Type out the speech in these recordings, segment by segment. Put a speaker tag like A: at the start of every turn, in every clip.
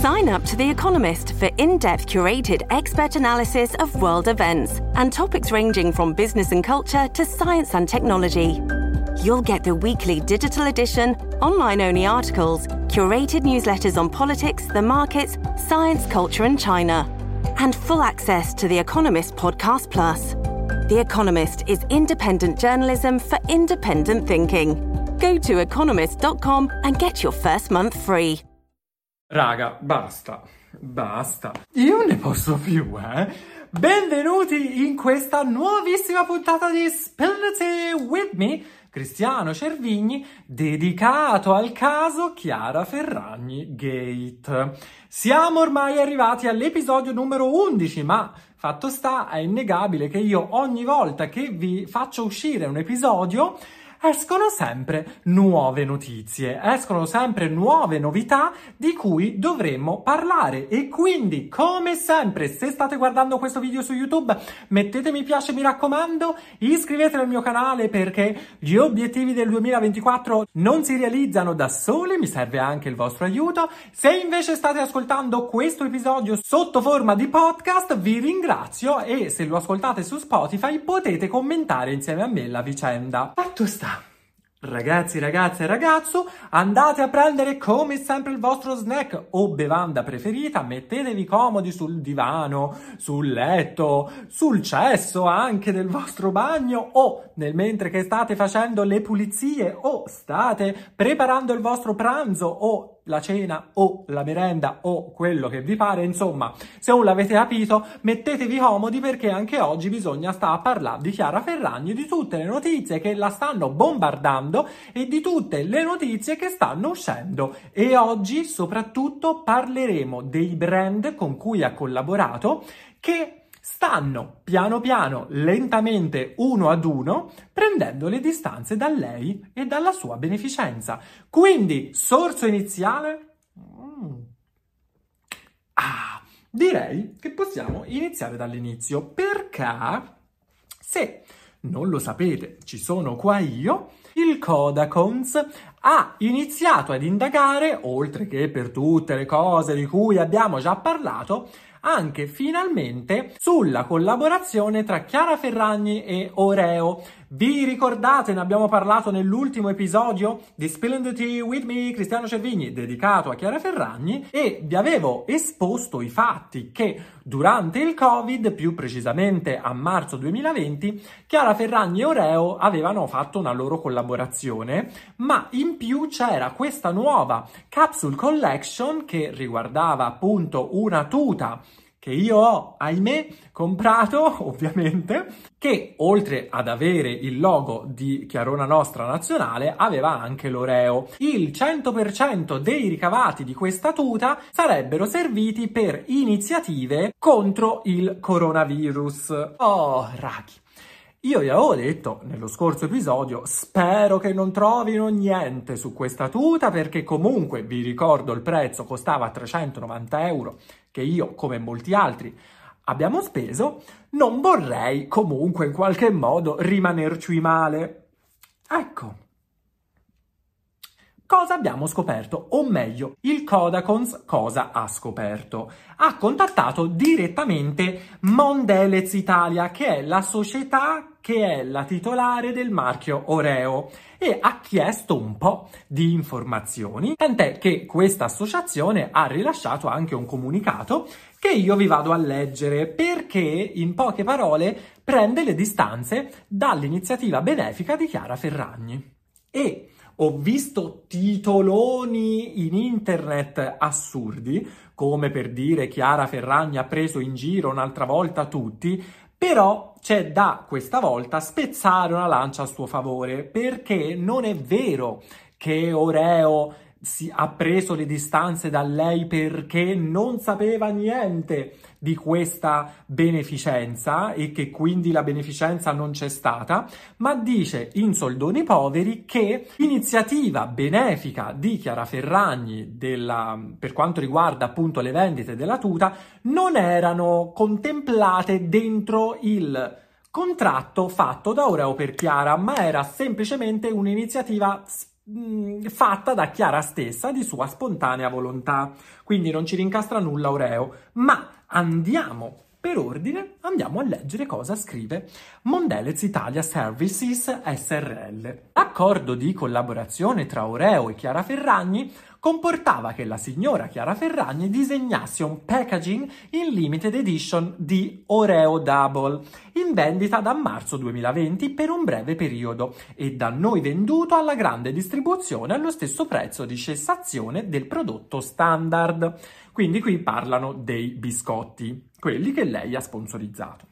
A: Sign up to The Economist for in-depth curated expert analysis of world events and topics ranging from business and culture to science and technology. You'll get the weekly digital edition, online-only articles, curated newsletters on politics, the markets, science, culture and China, and full access to The Economist Podcast Plus. The Economist is independent journalism for independent thinking. Go to economist.com and get your first month free.
B: Raga, basta. Io ne posso più, Benvenuti in questa nuovissima puntata di Spill the Tea with me, Cristiano Cervigni, dedicato al caso Chiara Ferragni Gate. Siamo ormai arrivati all'episodio numero 11, ma fatto sta, è innegabile che io ogni volta che vi faccio uscire un episodio escono sempre nuove notizie, escono sempre nuove novità di cui dovremmo parlare e quindi, come sempre, se state guardando questo video su YouTube, mettete mi piace, mi raccomando, iscrivetevi al mio canale perché gli obiettivi del 2024 non si realizzano da soli, mi serve anche il vostro aiuto. Se invece state ascoltando questo episodio sotto forma di podcast, vi ringrazio e se lo ascoltate su Spotify potete commentare insieme a me la vicenda. Fatto sta. Ragazzi, ragazze e ragazzo, andate a prendere come sempre il vostro snack o bevanda preferita, mettetevi comodi sul divano, sul letto, sul cesso anche del vostro bagno o mentre che state facendo le pulizie o state preparando il vostro pranzo o la cena o la merenda o quello che vi pare, insomma, se non l'avete capito, mettetevi comodi perché anche oggi bisogna stare a parlare di Chiara Ferragni, di tutte le notizie che la stanno bombardando e di tutte le notizie che stanno uscendo. E oggi soprattutto parleremo dei brand con cui ha collaborato che stanno piano piano, lentamente, uno ad uno, prendendo le distanze da lei e dalla sua beneficenza. Quindi, sorso iniziale? Direi che possiamo iniziare dall'inizio, perché, se non lo sapete, ci sono qua io, il Codacons ha iniziato ad indagare, oltre che per tutte le cose di cui abbiamo già parlato, anche finalmente sulla collaborazione tra Chiara Ferragni e Oreo. Vi ricordate, ne abbiamo parlato nell'ultimo episodio di Spill the Tea with me, Cristiano Cervigni, dedicato a Chiara Ferragni, e vi avevo esposto i fatti che durante il Covid, più precisamente a marzo 2020, Chiara Ferragni e Oreo avevano fatto una loro collaborazione, ma in più c'era questa nuova capsule collection che riguardava appunto una tuta che io ho, ahimè, comprato, ovviamente, che oltre ad avere il logo di Chiarona Nostra Nazionale, aveva anche l'Oreo. Il 100% dei ricavati di questa tuta sarebbero serviti per iniziative contro il coronavirus. Oh, raghi. Io vi avevo detto nello scorso episodio, spero che non trovino niente su questa tuta perché comunque, vi ricordo, il prezzo costava 390 euro, che io, come molti altri, abbiamo speso, non vorrei comunque in qualche modo rimanerci male. Ecco. Cosa abbiamo scoperto? O meglio, il Codacons cosa ha scoperto? Ha contattato direttamente Mondelez Italia, che è la società che è la titolare del marchio Oreo, e ha chiesto un po' di informazioni, tant'è che questa associazione ha rilasciato anche un comunicato che io vi vado a leggere perché, in poche parole, prende le distanze dall'iniziativa benefica di Chiara Ferragni. E ho visto titoloni in internet assurdi, come per dire Chiara Ferragni ha preso in giro un'altra volta tutti, però c'è da questa volta spezzare una lancia a suo favore, perché non è vero che Oreo ha preso le distanze da lei perché non sapeva niente di questa beneficenza e che quindi la beneficenza non c'è stata, ma dice in soldoni poveri che l'iniziativa benefica di Chiara Ferragni per quanto riguarda appunto le vendite della tuta non erano contemplate dentro il contratto fatto da Oreo per Chiara, ma era semplicemente un'iniziativa fatta da Chiara stessa di sua spontanea volontà. Quindi non ci rincastra nulla Oreo, ma andiamo per ordine, andiamo a leggere cosa scrive Mondelez Italia Services SRL. L'accordo di collaborazione tra Oreo e Chiara Ferragni comportava che la signora Chiara Ferragni disegnasse un packaging in limited edition di Oreo Double, in vendita da marzo 2020 per un breve periodo e da noi venduto alla grande distribuzione allo stesso prezzo di cessazione del prodotto standard. Quindi qui parlano dei biscotti, quelli che lei ha sponsorizzato.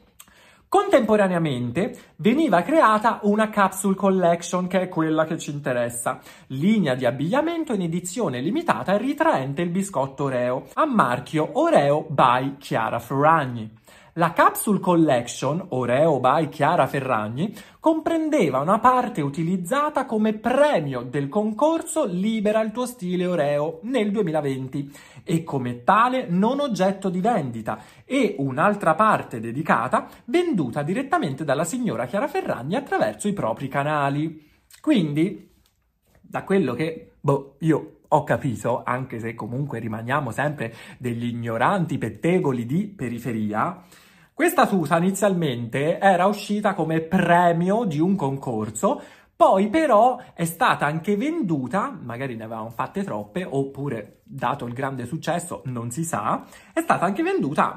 B: Contemporaneamente veniva creata una capsule collection, che è quella che ci interessa, linea di abbigliamento in edizione limitata ritraente il biscotto Oreo, a marchio Oreo by Chiara Ferragni. La capsule collection Oreo by Chiara Ferragni comprendeva una parte utilizzata come premio del concorso Libera il tuo stile Oreo nel 2020 e come tale non oggetto di vendita, e un'altra parte dedicata venduta direttamente dalla signora Chiara Ferragni attraverso i propri canali. Quindi, da quello che io ho capito, anche se comunque rimaniamo sempre degli ignoranti pettegoli di periferia, questa tuta inizialmente era uscita come premio di un concorso, poi però è stata anche venduta, magari ne avevamo fatte troppe, oppure dato il grande successo, non si sa, è stata anche venduta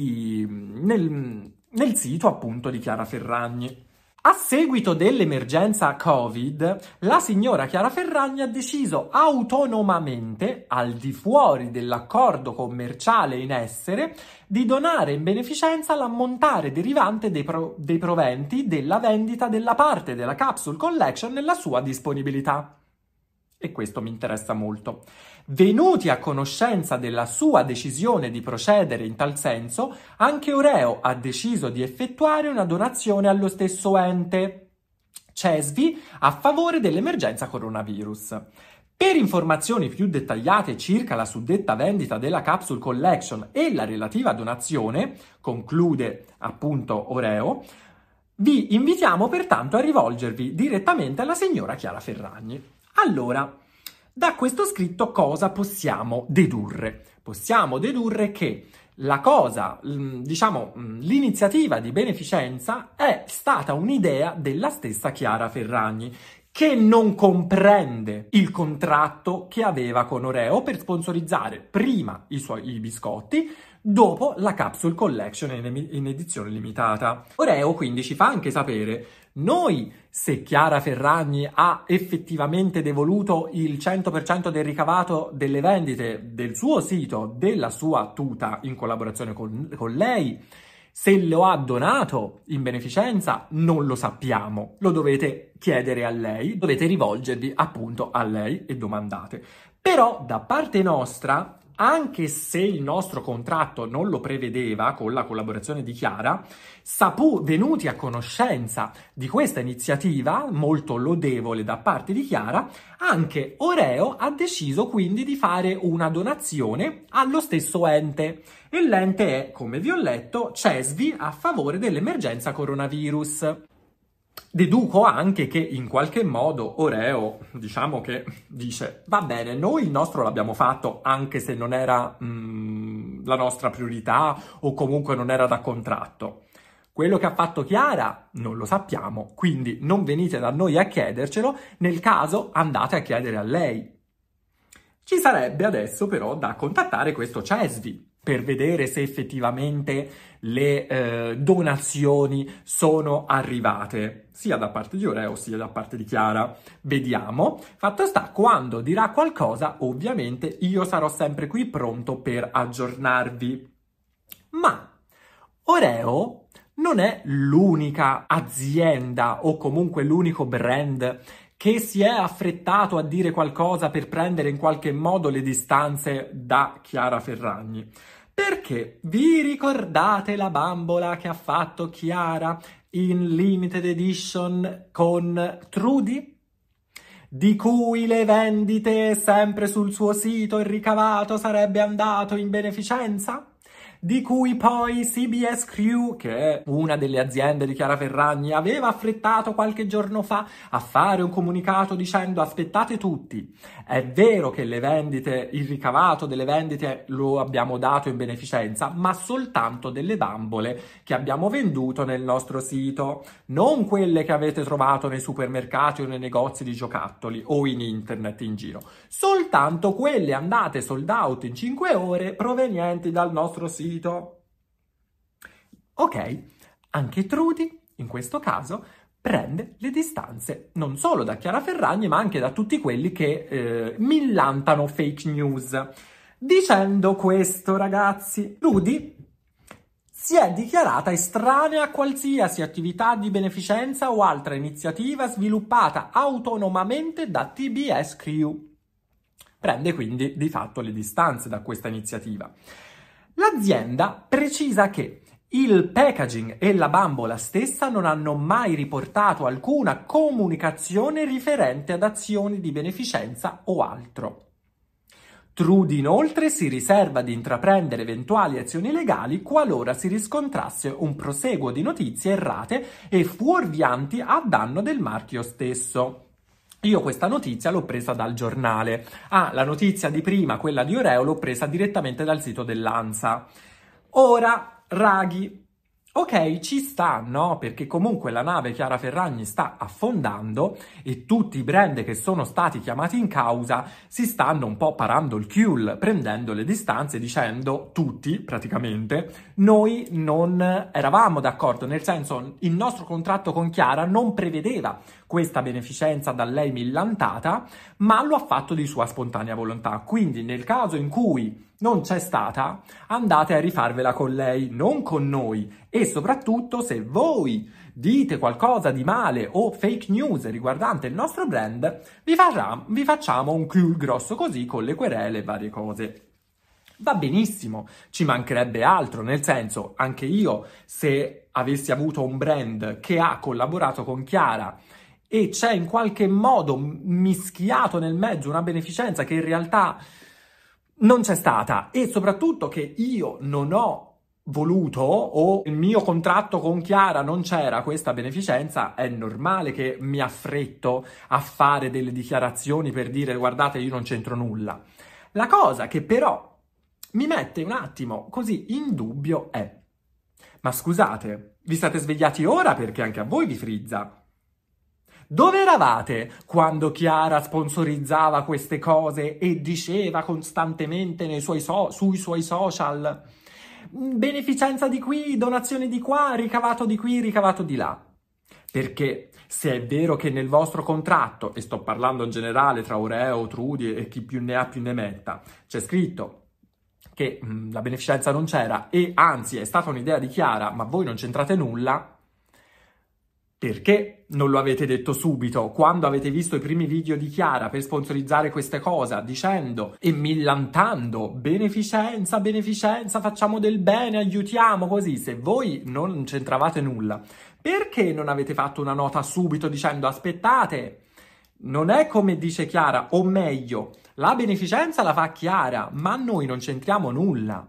B: nel sito appunto di Chiara Ferragni. A seguito dell'emergenza Covid, la signora Chiara Ferragni ha deciso autonomamente, al di fuori dell'accordo commerciale in essere, di donare in beneficenza l'ammontare derivante dei proventi della vendita della parte della Capsule Collection nella sua disponibilità. E questo mi interessa molto. Venuti a conoscenza della sua decisione di procedere in tal senso, anche Oreo ha deciso di effettuare una donazione allo stesso ente, CESVI, a favore dell'emergenza coronavirus. Per informazioni più dettagliate circa la suddetta vendita della Capsule Collection e la relativa donazione, conclude appunto Oreo, vi invitiamo pertanto a rivolgervi direttamente alla signora Chiara Ferragni. Allora, da questo scritto cosa possiamo dedurre? Possiamo dedurre che l'iniziativa di beneficenza è stata un'idea della stessa Chiara Ferragni, che non comprende il contratto che aveva con Oreo per sponsorizzare prima i biscotti, dopo la Capsule Collection in edizione limitata. Oreo quindi ci fa anche sapere: noi, se Chiara Ferragni ha effettivamente devoluto il 100% del ricavato delle vendite del suo sito, della sua tuta, in collaborazione con lei, se lo ha donato in beneficenza, non lo sappiamo. Lo dovete chiedere a lei, dovete rivolgervi appunto a lei e domandate. Però da parte nostra, anche se il nostro contratto non lo prevedeva con la collaborazione di Chiara, venuti a conoscenza di questa iniziativa molto lodevole da parte di Chiara, anche Oreo ha deciso quindi di fare una donazione allo stesso ente. E l'ente è, come vi ho letto, CESVI, a favore dell'emergenza coronavirus. Deduco anche che in qualche modo Oreo, dice: va bene, noi il nostro l'abbiamo fatto anche se non era la nostra priorità o comunque non era da contratto. Quello che ha fatto Chiara non lo sappiamo, quindi non venite da noi a chiedercelo, nel caso andate a chiedere a lei. Ci sarebbe adesso però da contattare questo CESVI per vedere se effettivamente le donazioni sono arrivate, sia da parte di Oreo sia da parte di Chiara. Vediamo. Fatto sta, quando dirà qualcosa, ovviamente io sarò sempre qui pronto per aggiornarvi. Ma Oreo non è l'unica azienda o comunque l'unico brand che si è affrettato a dire qualcosa per prendere in qualche modo le distanze da Chiara Ferragni. Perché vi ricordate la bambola che ha fatto Chiara in limited edition con Trudy? Di cui le vendite sempre sul suo sito, il ricavato sarebbe andato in beneficenza? di cui poi CBS Crew, che è una delle aziende di Chiara Ferragni, aveva affrettato qualche giorno fa a fare un comunicato dicendo: aspettate tutti, è vero che le vendite, il ricavato delle vendite lo abbiamo dato in beneficenza, ma soltanto delle bambole che abbiamo venduto nel nostro sito, non quelle che avete trovato nei supermercati o nei negozi di giocattoli o in internet in giro, soltanto quelle andate sold out in 5 ore provenienti dal nostro sito. Ok, anche Trudy, in questo caso, prende le distanze non solo da Chiara Ferragni, ma anche da tutti quelli che millantano fake news. Dicendo questo, ragazzi, Trudy si è dichiarata estranea a qualsiasi attività di beneficenza o altra iniziativa sviluppata autonomamente da TBS Crew. Prende quindi di fatto le distanze da questa iniziativa. L'azienda precisa che il packaging e la bambola stessa non hanno mai riportato alcuna comunicazione riferente ad azioni di beneficenza o altro. Trudy inoltre si riserva di intraprendere eventuali azioni legali qualora si riscontrasse un proseguo di notizie errate e fuorvianti a danno del marchio stesso. Io questa notizia l'ho presa dal giornale. La notizia di prima, quella di Oreo, l'ho presa direttamente dal sito dell'ANSA. Ora, raghi, ok, ci sta, no? Perché comunque la nave Chiara Ferragni sta affondando e tutti i brand che sono stati chiamati in causa si stanno un po' parando il culo, prendendo le distanze, dicendo tutti, praticamente, noi non eravamo d'accordo, nel senso il nostro contratto con Chiara non prevedeva questa beneficenza da lei millantata, ma lo ha fatto di sua spontanea volontà. Quindi nel caso in cui non c'è stata, andate a rifarvela con lei, non con noi. E soprattutto, se voi dite qualcosa di male o fake news riguardante il nostro brand, vi facciamo un cul grosso così con le querele e varie cose. Va benissimo, ci mancherebbe altro, nel senso, anche io, se avessi avuto un brand che ha collaborato con Chiara e c'è in qualche modo mischiato nel mezzo una beneficenza che in realtà non c'è stata, e soprattutto che io non ho voluto o il mio contratto con Chiara non c'era questa beneficenza, è normale che mi affretto a fare delle dichiarazioni per dire: guardate, io non c'entro nulla. La cosa che però mi mette un attimo così in dubbio è: ma scusate, vi siete svegliati ora perché anche a voi vi frizza? Dove eravate quando Chiara sponsorizzava queste cose e diceva costantemente sui suoi social: beneficenza di qui, donazione di qua, ricavato di qui, ricavato di là? Perché se è vero che nel vostro contratto, e sto parlando in generale tra Oreo, Trudy e chi più ne ha più ne metta, c'è scritto che la beneficenza non c'era e anzi è stata un'idea di Chiara, ma voi non c'entrate nulla, perché non lo avete detto subito quando avete visto i primi video di Chiara per sponsorizzare queste cose, dicendo e millantando beneficenza, facciamo del bene, aiutiamo così? Se voi non c'entravate nulla, perché non avete fatto una nota subito dicendo: aspettate, non è come dice Chiara, o meglio, la beneficenza la fa Chiara, ma noi non c'entriamo nulla?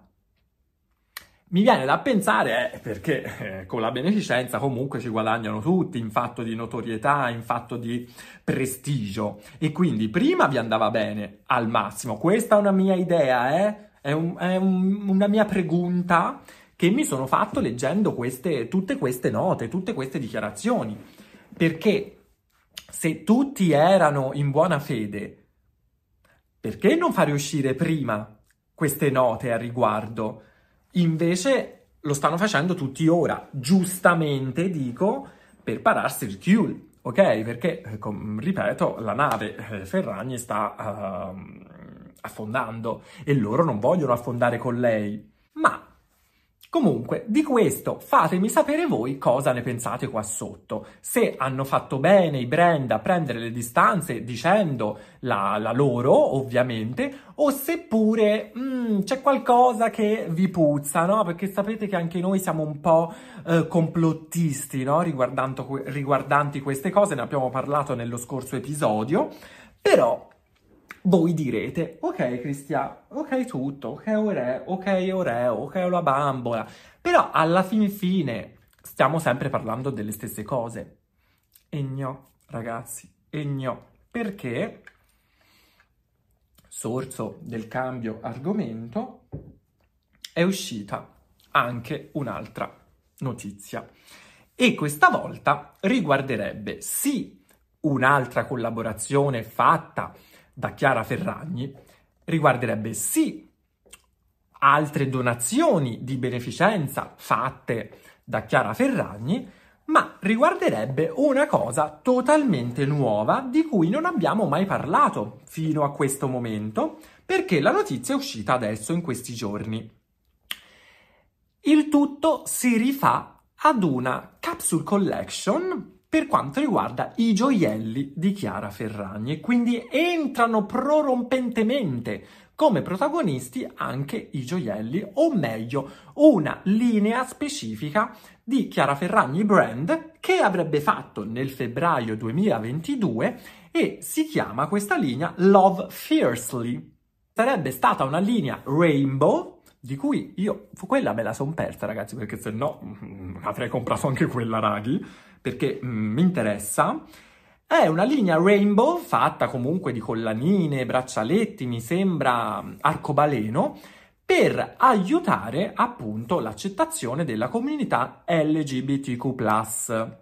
B: Mi viene da pensare, perché con la beneficenza comunque ci guadagnano tutti in fatto di notorietà, in fatto di prestigio, e quindi prima vi andava bene al massimo. Questa è una mia idea, è una mia pregunta che mi sono fatto leggendo tutte queste note, tutte queste dichiarazioni, perché se tutti erano in buona fede, perché non fare uscire prima queste note a riguardo? Invece lo stanno facendo tutti ora, giustamente dico, per pararsi il culo, ok? Perché, ripeto, la nave Ferragni sta affondando e loro non vogliono affondare con lei. Ma comunque, di questo fatemi sapere voi cosa ne pensate qua sotto. Se hanno fatto bene i brand a prendere le distanze dicendo la loro, ovviamente, o seppure c'è qualcosa che vi puzza, no? Perché sapete che anche noi siamo un po' complottisti, no? Riguardanti queste cose, ne abbiamo parlato nello scorso episodio, però Voi direte, ok Cristian, ok tutto, ok Oreo, ok la bambola, però alla fine stiamo sempre parlando delle stesse cose. E no, ragazzi, e no, perché, sorso del cambio argomento, è uscita anche un'altra notizia. E questa volta riguarderebbe sì un'altra collaborazione fatta da Chiara Ferragni, riguarderebbe sì altre donazioni di beneficenza fatte da Chiara Ferragni, ma riguarderebbe una cosa totalmente nuova di cui non abbiamo mai parlato fino a questo momento, perché la notizia è uscita adesso in questi giorni. Il tutto si rifà ad una capsule collection per quanto riguarda i gioielli di Chiara Ferragni e quindi entrano prorompentemente come protagonisti anche i gioielli, o meglio, una linea specifica di Chiara Ferragni brand che avrebbe fatto nel febbraio 2022 e si chiama questa linea Love Fiercely. Sarebbe stata una linea rainbow, di cui io quella me la son persa, ragazzi, perché se no avrei comprato anche quella, raghi, perché mi interessa. È una linea rainbow fatta comunque di collanine, braccialetti, mi sembra arcobaleno, per aiutare appunto l'accettazione della comunità LGBTQ+.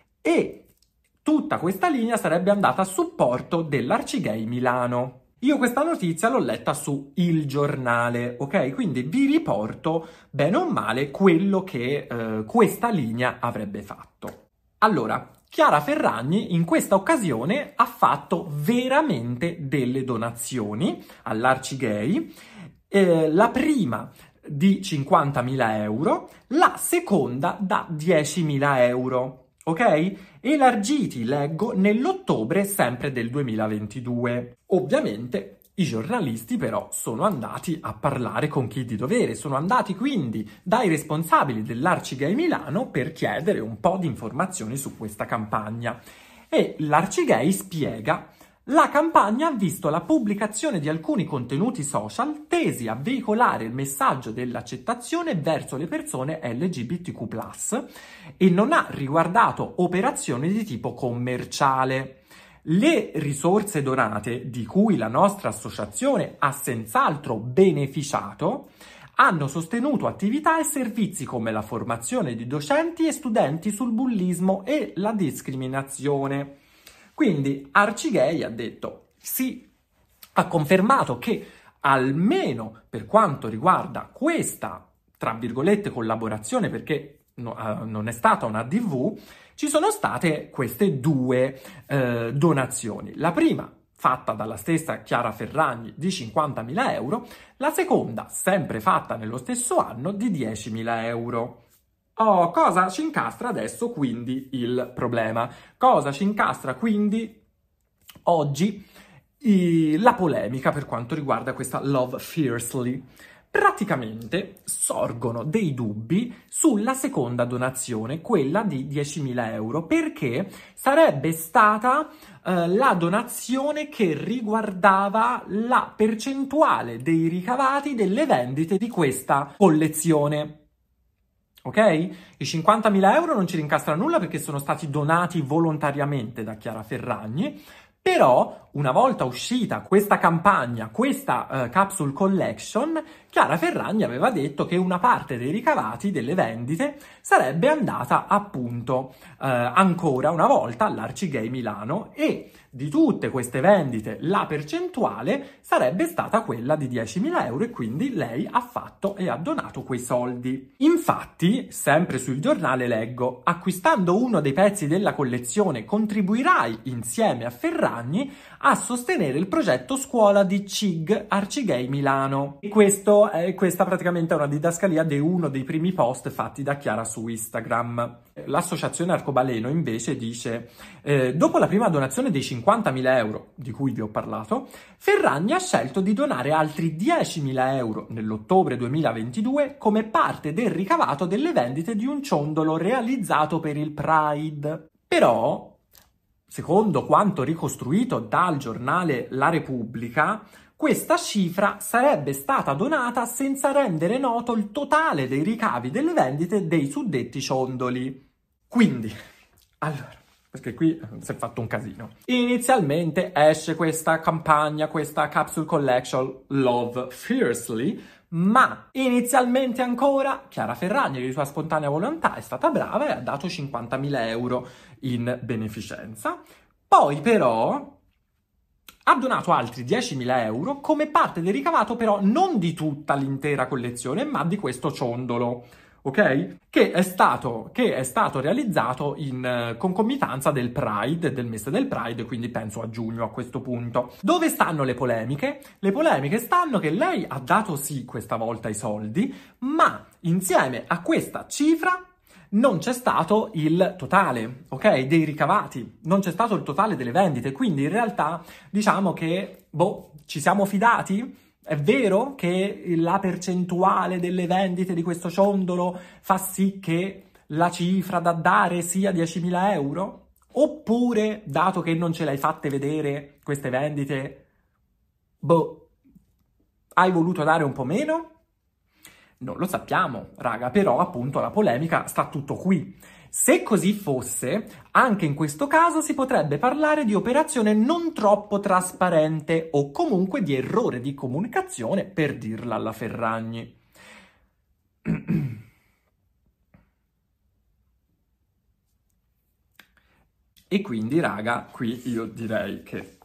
B: E tutta questa linea sarebbe andata a supporto dell'Arcigay Milano. Io questa notizia l'ho letta su Il Giornale, ok? Quindi vi riporto bene o male quello che questa linea avrebbe fatto. Allora, Chiara Ferragni in questa occasione ha fatto veramente delle donazioni all'Arcigay, la prima di 50.000 euro, la seconda da 10.000 euro. Ok? Elargiti, leggo, nell'ottobre sempre del 2022. Ovviamente i giornalisti però sono andati a parlare con chi di dovere, sono andati quindi dai responsabili dell'Arcigay Milano per chiedere un po' di informazioni su questa campagna. E l'Arcigay spiega: la campagna ha visto la pubblicazione di alcuni contenuti social tesi a veicolare il messaggio dell'accettazione verso le persone LGBTQ+, e non ha riguardato operazioni di tipo commerciale. Le risorse donate, di cui la nostra associazione ha senz'altro beneficiato, hanno sostenuto attività e servizi come la formazione di docenti e studenti sul bullismo e la discriminazione. Quindi Arcigay ha detto sì, ha confermato che almeno per quanto riguarda questa, tra virgolette, collaborazione, perché non è stata una DV, ci sono state queste due donazioni. La prima fatta dalla stessa Chiara Ferragni di 50.000 euro, la seconda sempre fatta nello stesso anno di 10.000 euro. Oh, cosa ci incastra adesso quindi il problema? Cosa ci incastra quindi oggi la polemica per quanto riguarda questa Love Fiercely? Praticamente sorgono dei dubbi sulla seconda donazione, quella di 10.000 euro, perché sarebbe stata la donazione che riguardava la percentuale dei ricavati delle vendite di questa collezione. Ok? I 50.000 euro non ci rincastra nulla perché sono stati donati volontariamente da Chiara Ferragni, però una volta uscita questa campagna, questa capsule collection, Chiara Ferragni aveva detto che una parte dei ricavati delle vendite sarebbe andata appunto ancora una volta all'Arcigay Milano, e di tutte queste vendite la percentuale sarebbe stata quella di 10.000 euro, e quindi lei ha fatto e ha donato quei soldi. Infatti, sempre sul giornale leggo: acquistando uno dei pezzi della collezione contribuirai insieme a Ferragni a sostenere il progetto scuola di CIG Arcigay Milano. E questa praticamente è una didascalia di uno dei primi post fatti da Chiara su Instagram. L'associazione Arcobaleno invece dice: dopo la prima donazione dei 50.000 euro di cui vi ho parlato, Ferragni ha scelto di donare altri 10.000 euro nell'ottobre 2022 come parte del ricavato delle vendite di un ciondolo realizzato per il Pride. Però secondo quanto ricostruito dal giornale La Repubblica, questa cifra sarebbe stata donata senza rendere noto il totale dei ricavi delle vendite dei suddetti ciondoli. Quindi, allora, perché qui si è fatto un casino. Inizialmente esce questa campagna, questa capsule collection Love Fiercely, ma inizialmente ancora Chiara Ferragni di sua spontanea volontà è stata brava e ha dato 50.000 euro in beneficenza. Poi però ha donato altri 10.000 euro come parte del ricavato, però non di tutta l'intera collezione, ma di questo ciondolo, ok? Che è stato realizzato in concomitanza del Pride, del mese del Pride, quindi penso a giugno a questo punto. Dove stanno le polemiche? Le polemiche stanno che lei ha dato sì questa volta i soldi, ma insieme a questa cifra non c'è stato il totale, ok? Dei ricavati, non c'è stato il totale delle vendite, quindi in realtà diciamo che, ci siamo fidati? È vero che la percentuale delle vendite di questo ciondolo fa sì che la cifra da dare sia 10.000 euro? Oppure, dato che non ce l'hai fatte vedere queste vendite, hai voluto dare un po' meno? Non lo sappiamo, raga, però appunto la polemica sta tutto qui. Se così fosse, anche in questo caso si potrebbe parlare di operazione non troppo trasparente o comunque di errore di comunicazione, per dirla alla Ferragni. E quindi, raga, qui io direi che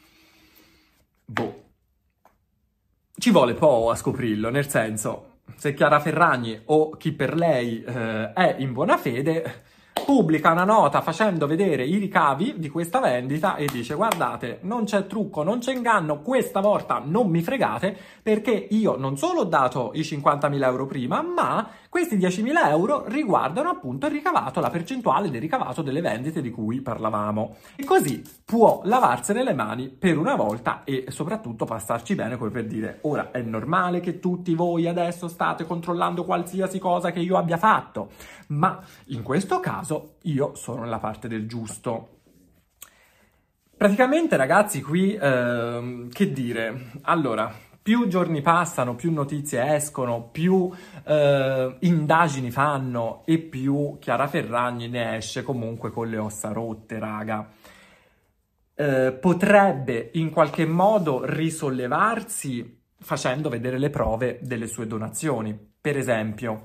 B: ci vuole poco a scoprirlo, nel senso, se Chiara Ferragni o chi per lei è in buona fede, pubblica una nota facendo vedere i ricavi di questa vendita e dice: guardate, non c'è trucco, non c'è inganno, questa volta non mi fregate, perché io non solo ho dato i 50.000 euro prima, ma questi 10.000 euro riguardano appunto il ricavato, la percentuale del ricavato delle vendite di cui parlavamo. E così può lavarsene le mani per una volta e soprattutto passarci bene, come per dire: ora è normale che tutti voi adesso state controllando qualsiasi cosa che io abbia fatto, ma in questo caso io sono nella parte del giusto. Praticamente, ragazzi, qui che dire? Allora, più giorni passano, più notizie escono, più indagini fanno e più Chiara Ferragni ne esce comunque con le ossa rotte, raga. Potrebbe in qualche modo risollevarsi facendo vedere le prove delle sue donazioni. Per esempio,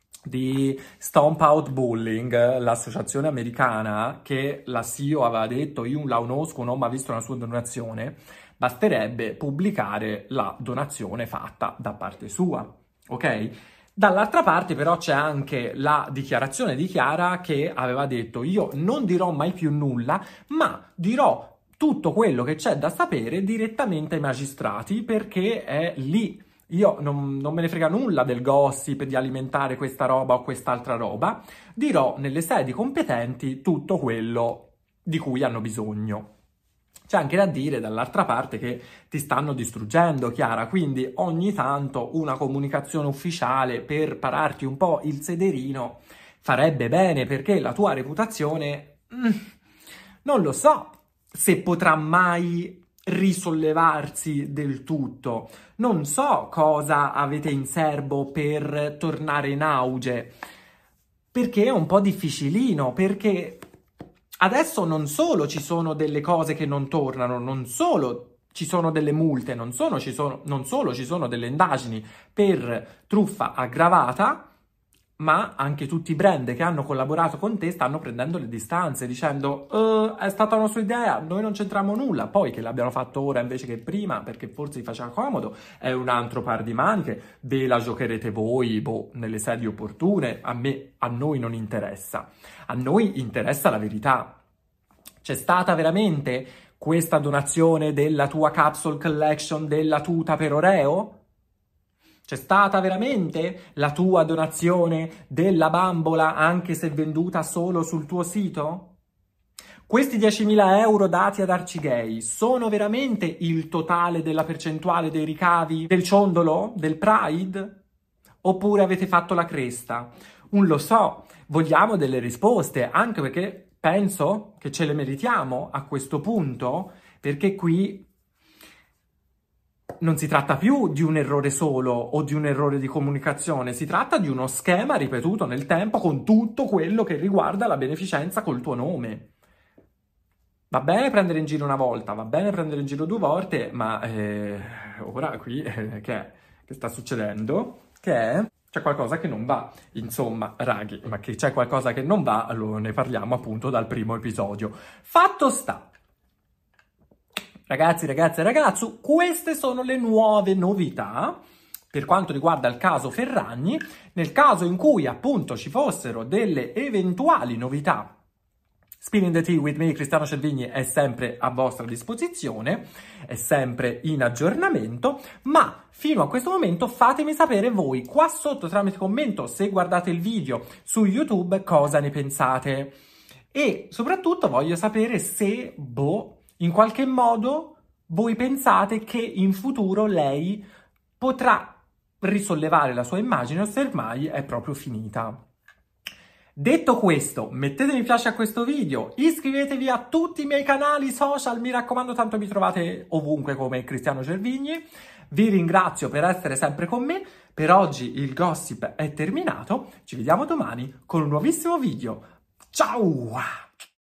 B: di Stomp Out Bullying, l'associazione americana, che la CEO aveva detto: io la conosco, non ho mai visto una sua donazione. Basterebbe pubblicare la donazione fatta da parte sua, ok? Dall'altra parte però c'è anche la dichiarazione di Chiara, che aveva detto: io non dirò mai più nulla, ma dirò tutto quello che c'è da sapere direttamente ai magistrati, perché è lì. Io non me ne frega nulla del gossip, di alimentare questa roba o quest'altra roba. Dirò nelle sedi competenti tutto quello di cui hanno bisogno. C'è anche da dire dall'altra parte che ti stanno distruggendo, Chiara, quindi ogni tanto una comunicazione ufficiale per pararti un po' il sederino farebbe bene, perché la tua reputazione non lo so se potrà mai risollevarsi del tutto. Non so cosa avete in serbo per tornare in auge, perché è un po' difficilino, perché adesso non solo ci sono delle cose che non tornano, non solo ci sono delle multe, non solo ci sono delle indagini per truffa aggravata, ma anche tutti i brand che hanno collaborato con te stanno prendendo le distanze, dicendo è stata una sua idea, noi non c'entriamo nulla. Poi che l'abbiano fatto ora invece che prima, perché forse vi faceva comodo, è un altro par di maniche, ve la giocherete voi, nelle sedi opportune, a noi non interessa. A noi interessa la verità. C'è stata veramente questa donazione della tua capsule collection della tuta per Oreo? C'è stata veramente la tua donazione della bambola, anche se venduta solo sul tuo sito? Questi 10.000 euro dati ad Arcigay sono veramente il totale della percentuale dei ricavi del ciondolo, del Pride? Oppure avete fatto la cresta? Non lo so, vogliamo delle risposte, anche perché penso che ce le meritiamo a questo punto, perché qui non si tratta più di un errore solo o di un errore di comunicazione, si tratta di uno schema ripetuto nel tempo con tutto quello che riguarda la beneficenza col tuo nome. Va bene prendere in giro una volta, va bene prendere in giro 2 volte, ma ora qui che sta succedendo? C'è qualcosa che non va. Insomma, raghi, ma che c'è qualcosa che non va, allora ne parliamo appunto dal primo episodio. Fatto sta. Ragazzi, ragazze e ragazzi, queste sono le nuove novità per quanto riguarda il caso Ferragni. Nel caso in cui appunto ci fossero delle eventuali novità, Spilling the Tea with me, Cristiano Cervigni, è sempre a vostra disposizione, è sempre in aggiornamento, ma fino a questo momento fatemi sapere voi qua sotto tramite commento, se guardate il video su YouTube, cosa ne pensate. E soprattutto voglio sapere se, in qualche modo voi pensate che in futuro lei potrà risollevare la sua immagine o se ormai è proprio finita. Detto questo, mettete mi piace a questo video, iscrivetevi a tutti i miei canali social, mi raccomando, tanto mi trovate ovunque come Cristiano Cervigni. Vi ringrazio per essere sempre con me, per oggi il gossip è terminato, ci vediamo domani con un nuovissimo video. Ciao!